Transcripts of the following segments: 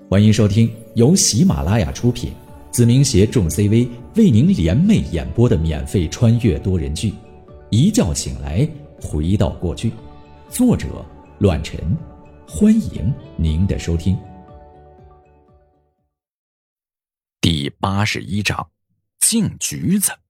欢迎收听由喜马拉雅出品，子明携众 CV 为您联袂演播的免费穿越多人剧《一觉醒来回到过去》，作者乱臣。欢迎您的收听。第81章，敬橘子。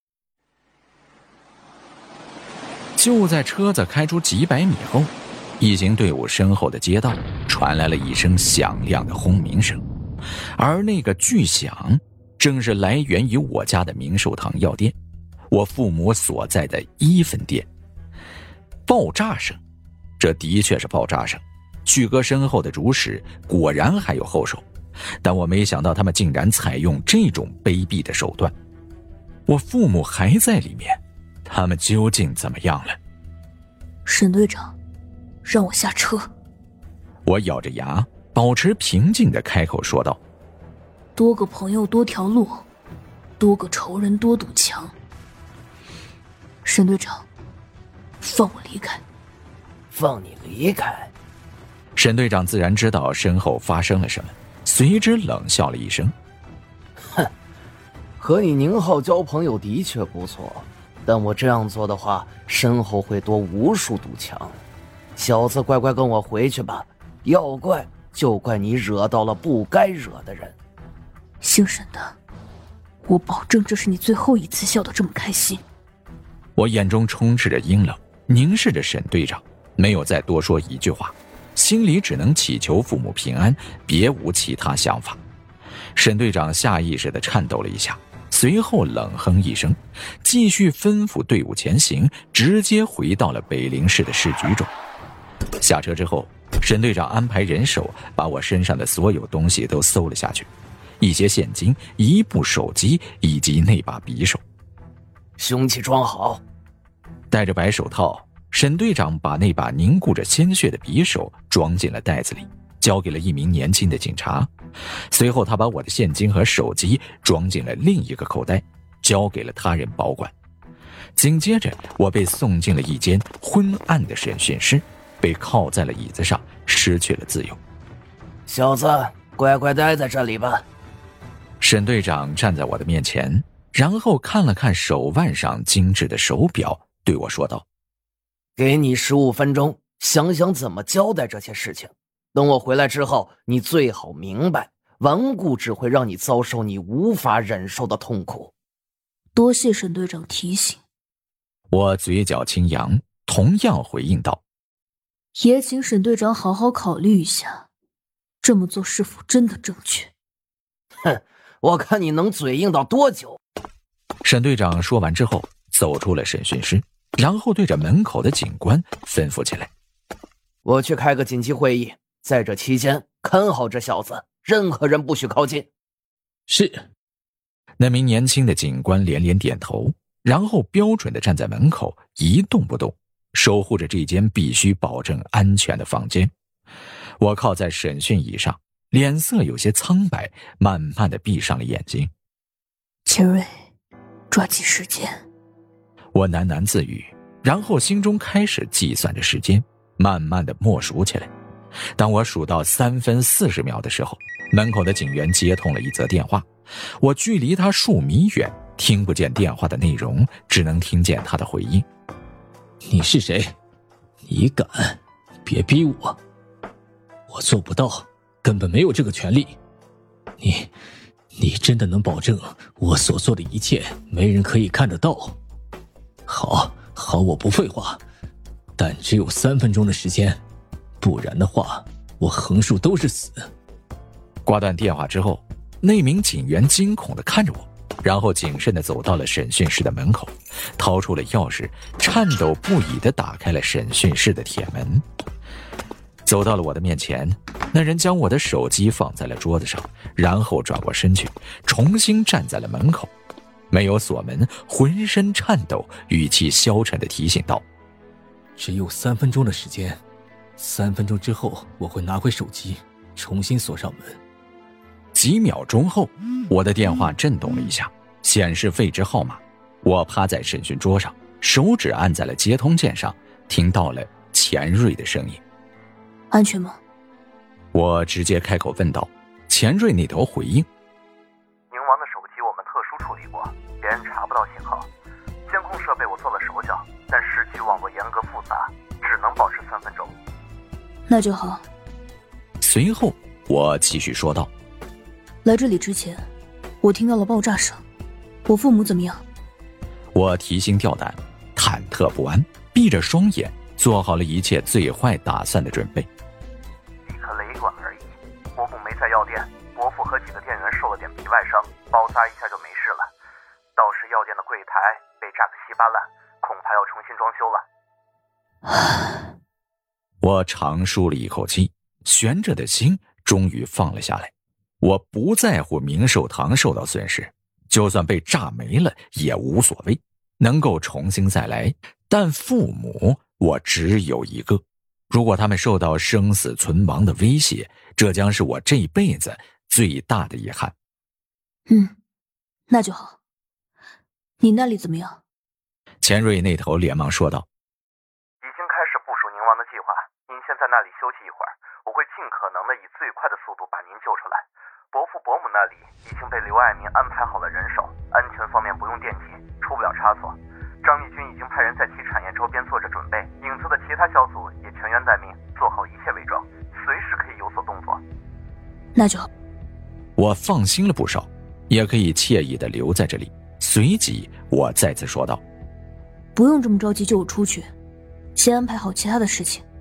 就在车子开出几百米后，一行队伍身后的街道传来了一声响亮的轰鸣声，而那个巨响正是来源于我家的明寿堂药店，我父母所在的1分店。爆炸声，这的确是爆炸声。旭哥身后的主使果然还有后手，但我没想到他们竟然采用这种卑鄙的手段。我父母还在里面，他们究竟怎么样了？ 沈队长，让我下车。 我咬着牙，保持平静地开口说道： 多个朋友多条路，多个仇人多堵墙。沈队长，放我离开。 放你离开？ 沈队长自然知道身后发生了什么，随之冷笑了一声： 哼，和你宁浩交朋友的确不错，但我这样做的话，身后会多无数堵墙。小子，乖乖跟我回去吧，要怪就怪你惹到了不该惹的人。 姓沈的，我保证这是你最后一次笑得这么开心。 我眼中充斥着阴冷，凝视着沈队长，没有再多说一句话，心里只能祈求父母平安，别无其他想法。沈队长下意识地颤抖了一下，随后冷哼一声，继续吩咐队伍前行，直接回到了北陵市的市局中。下车之后，沈队长安排人手把我身上的所有东西都搜了下去，一些现金，一部手机以及那把匕首。 凶器装好。 戴着白手套，沈队长把那把凝固着鲜血的匕首装进了袋子里，交给了一名年轻的警察。随后他把我的现金和手机装进了另一个口袋，交给了他人保管。紧接着我被送进了一间昏暗的审讯室，被铐在了椅子上，失去了自由。 小子，乖乖待在这里吧。 沈队长站在我的面前，然后看了看手腕上精致的手表，对我说道： 给你15分钟，想想怎么交代这些事情。等我回来之后，你最好明白，顽固只会让你遭受你无法忍受的痛苦。 多谢沈队长提醒。 我嘴角轻扬，同样回应道： 也请沈队长好好考虑一下，这么做是否真的正确。 哼，我看你能嘴硬到多久。 沈队长说完之后走出了审讯室，然后对着门口的警官吩咐起来： 我去开个紧急会议，在这期间看好这小子，任何人不许靠近。 是。那名年轻的警官连连点头，然后标准地站在门口一动不动，守护着这间必须保证安全的房间。我靠在审讯椅上，脸色有些苍白，慢慢地闭上了眼睛。 钱瑞，抓紧时间。 我喃喃自语，然后心中开始计算着时间，慢慢地默数起来。当我数到3分40秒的时候，门口的警员接通了一则电话。我距离他数米远，听不见电话的内容，只能听见他的回应： 你是谁？你敢？别逼我，我做不到，根本没有这个权利。你真的能保证我所做的一切没人可以看得到？好，我不废话，但只有3分钟的时间，不然的话，我横竖都是死。 挂断电话之后，那名警员惊恐地看着我，然后谨慎地走到了审讯室的门口，掏出了钥匙，颤抖不已地打开了审讯室的铁门。走到了我的面前，那人将我的手机放在了桌子上，然后转过身去，重新站在了门口，没有锁门，浑身颤抖，语气消沉地提醒道： 只有3分钟的时间，3分钟之后我会拿回手机，重新锁上门。 几秒钟后，我的电话震动了一下，显示未知号码。我趴在审讯桌上，手指按在了接通键上，听到了钱瑞的声音。 安全吗？ 我直接开口问道， 钱瑞那头回应： 宁王的手机我们特殊处理过，别人查不到信号。监控设备我做了手脚，但市区网络严格复杂，只能保持3分钟。 那就好。 随后我继续说道： 来这里之前，我听到了爆炸声，我父母怎么样？ 我提心吊胆，忐忑不安，闭着双眼，做好了一切最坏打算的准备。 一颗雷管而已，伯父没在药店，伯父和几个店员受了点皮外伤，包扎一下就没事了。倒是药店的柜台被炸得稀巴烂，恐怕要重新装修了。 我长舒了一口气，悬着的心终于放了下来。我不在乎明寿堂受到损失，就算被炸没了也无所谓，能够重新再来。但父母我只有一个，如果他们受到生死存亡的威胁，这将是我这辈子最大的遗憾。 那就好。你那里怎么样？ 钱瑞那头连忙说道： 已经开始部署宁王的计划，您先在那里休息一会儿，我会尽可能的以最快的速度把您救出来。伯父伯母那里已经被刘爱民安排好了人手，安全方面不用惦记，出不了差错。张义军已经派人在其产业周边做着准备，影子的其他小组也全员待命，做好一切伪装，随时可以有所动作。 那就好。 我放心了不少，也可以惬意地留在这里。随即我再次说道： 不用这么着急救我出去，先安排好其他的事情。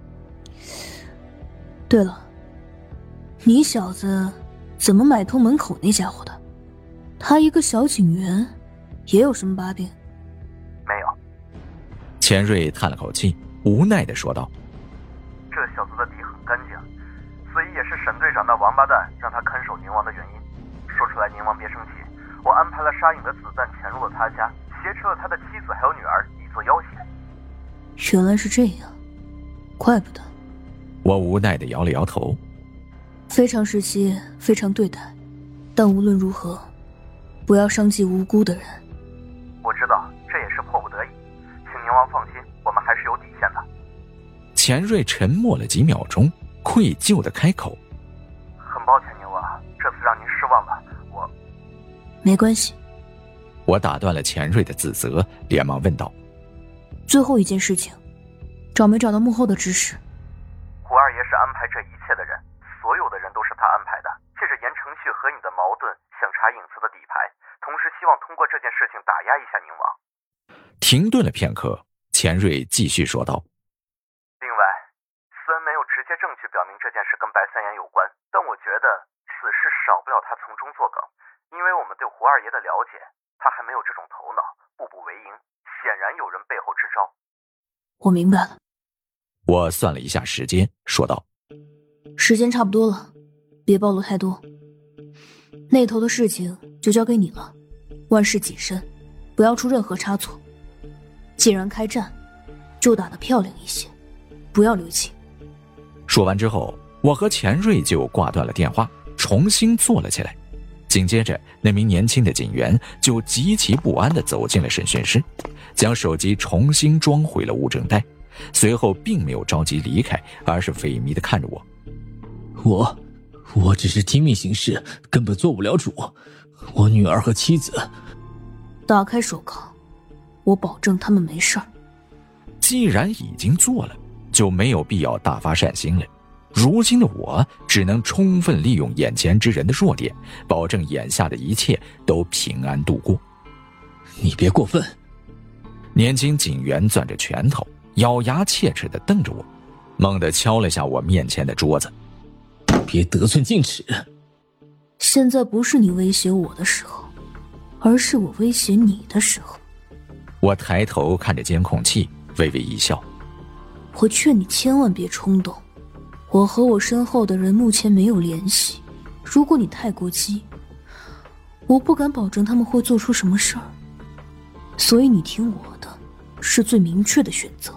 对了，你小子怎么买通门口那家伙的？他一个小警员，也有什么把柄？ 没有。 钱瑞叹了口气，无奈地说道： 这小子的底很干净，所以也是沈队长那王八蛋让他看守宁王的原因。说出来宁王别生气，我安排了沙影的子弹潜入了他家，挟持了他的妻子还有女儿，以作要挟。 原来是这样，怪不得。 我无奈地摇了摇头。 非常时期非常对待，但无论如何不要伤及无辜的人。 我知道，这也是迫不得已，请宁王放心，我们还是有底线的。 钱瑞沉默了几秒钟，愧疚地开口： 很抱歉宁王，这次让您失望了。 没关系。 我打断了钱瑞的自责，连忙问道： 最后一件事情，找没找到幕后的指使？ 胡二爷是安排这一切的人，所有的人都是他安排的，借着严承旭和你的矛盾想查影子的底牌，同时希望通过这件事情打压一下宁王。 停顿了片刻，钱瑞继续说道： 另外，虽然没有直接证据表明这件事跟白三言有关，但我觉得此事少不了他从中作梗。因为我们对胡二爷的了解，他还没有这种头脑，步步为营，显然有人背后支招。 我明白了。 我算了一下时间，说道： 时间差不多了，别暴露太多。那头的事情就交给你了，万事谨慎，不要出任何差错。既然开战，就打得漂亮一些，不要留情。 说完之后，我和钱瑞就挂断了电话，重新坐了起来。紧接着，那名年轻的警员就极其不安地走进了审讯室，将手机重新装回了物证袋，随后并没有着急离开，而是萎靡地看着我。 我只是听命行事，根本做不了主。我女儿和妻子…… 打开手铐，我保证他们没事儿。 既然已经做了，就没有必要大发善心了。如今的我只能充分利用眼前之人的弱点，保证眼下的一切都平安度过。 你别过分！ 年轻警员攥着拳头，咬牙切齿地瞪着我，猛地敲了下我面前的桌子。 别得寸进尺！ 现在不是你威胁我的时候，而是我威胁你的时候。 我抬头看着监控器，微微一笑。 我劝你千万别冲动。我和我身后的人目前没有联系，如果你太过激，我不敢保证他们会做出什么事儿。所以你听我的，是最明确的选择。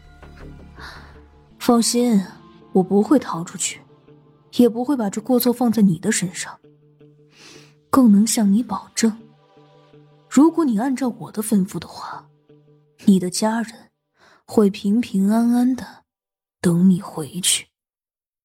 放心，我不会逃出去，也不会把这过错放在你的身上。更能向你保证，如果你按照我的吩咐的话，你的家人会平平安安的等你回去。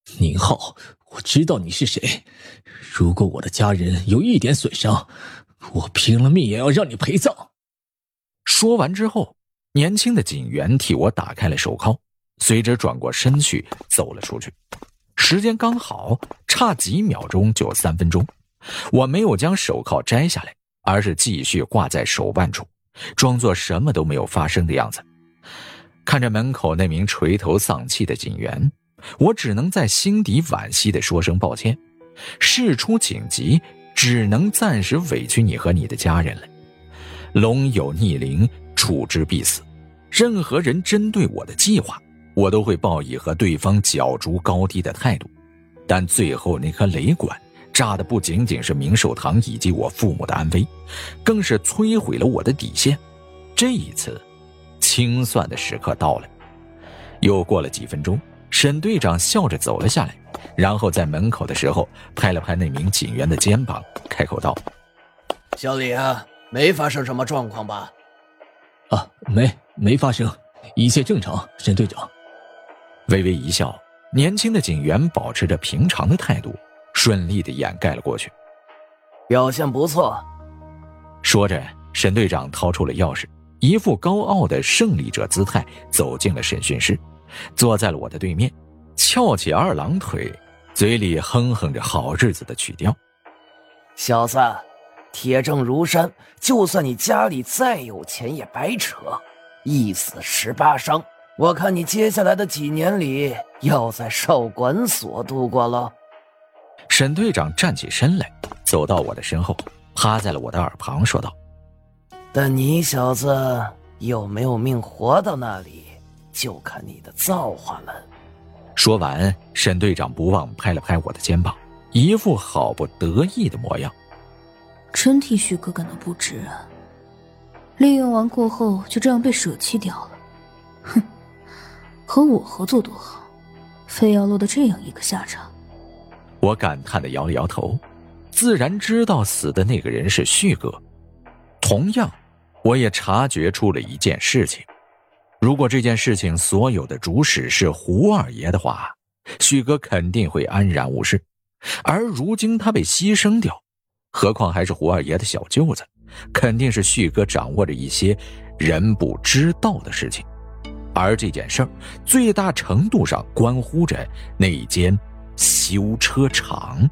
宁浩，我知道你是谁。如果我的家人有一点损伤，我拼了命也要让你陪葬。 说完之后，年轻的警员替我打开了手铐，随着转过身去走了出去。时间刚好，差几秒钟就3分钟。我没有将手铐摘下来，而是继续挂在手腕处，装作什么都没有发生的样子。看着门口那名垂头丧气的警员，我只能在心底惋惜地说声抱歉。事出紧急，只能暂时委屈你和你的家人了。龙有逆鳞，处之必死。任何人针对我的计划，我都会报以和对方角逐高低的态度。但最后那颗雷管炸的不仅仅是明寿堂以及我父母的安危，更是摧毁了我的底线。这一次清算的时刻到了。又过了几分钟，沈队长笑着走了下来，然后在门口的时候拍了拍那名警员的肩膀，开口道： 小李啊，没发生什么状况吧？ 啊，没发生，一切正常，沈队长。 微微一笑，年轻的警员保持着平常的态度，顺利地掩盖了过去。 表现不错。 说着，沈队长掏出了钥匙，一副高傲的胜利者姿态走进了审讯室，坐在了我的对面，翘起二郎腿，嘴里哼哼着好日子的曲调。 小子，铁证如山，就算你家里再有钱也白扯，一死18伤，我看你接下来的几年里要在少管所度过了。 沈队长站起身来，走到我的身后，趴在了我的耳旁说道： 但你小子有没有命活到那里，就看你的造化了。 说完，沈队长不忘拍了拍我的肩膀，一副好不得意的模样。 真替旭哥感到不值啊！利用完过后就这样被舍弃掉了，哼，和我合作多好，非要落得这样一个下场。 我感叹地摇了摇头，自然知道死的那个人是旭哥。同样，我也察觉出了一件事情，如果这件事情所有的主使是胡二爷的话，旭哥肯定会安然无事，而如今他被牺牲掉，何况还是胡二爷的小舅子，肯定是旭哥掌握着一些人不知道的事情，而这件事儿最大程度上关乎着那一间修车厂。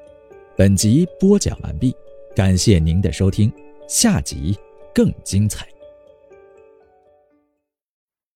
本集播讲完毕，感谢您的收听，下集更精彩。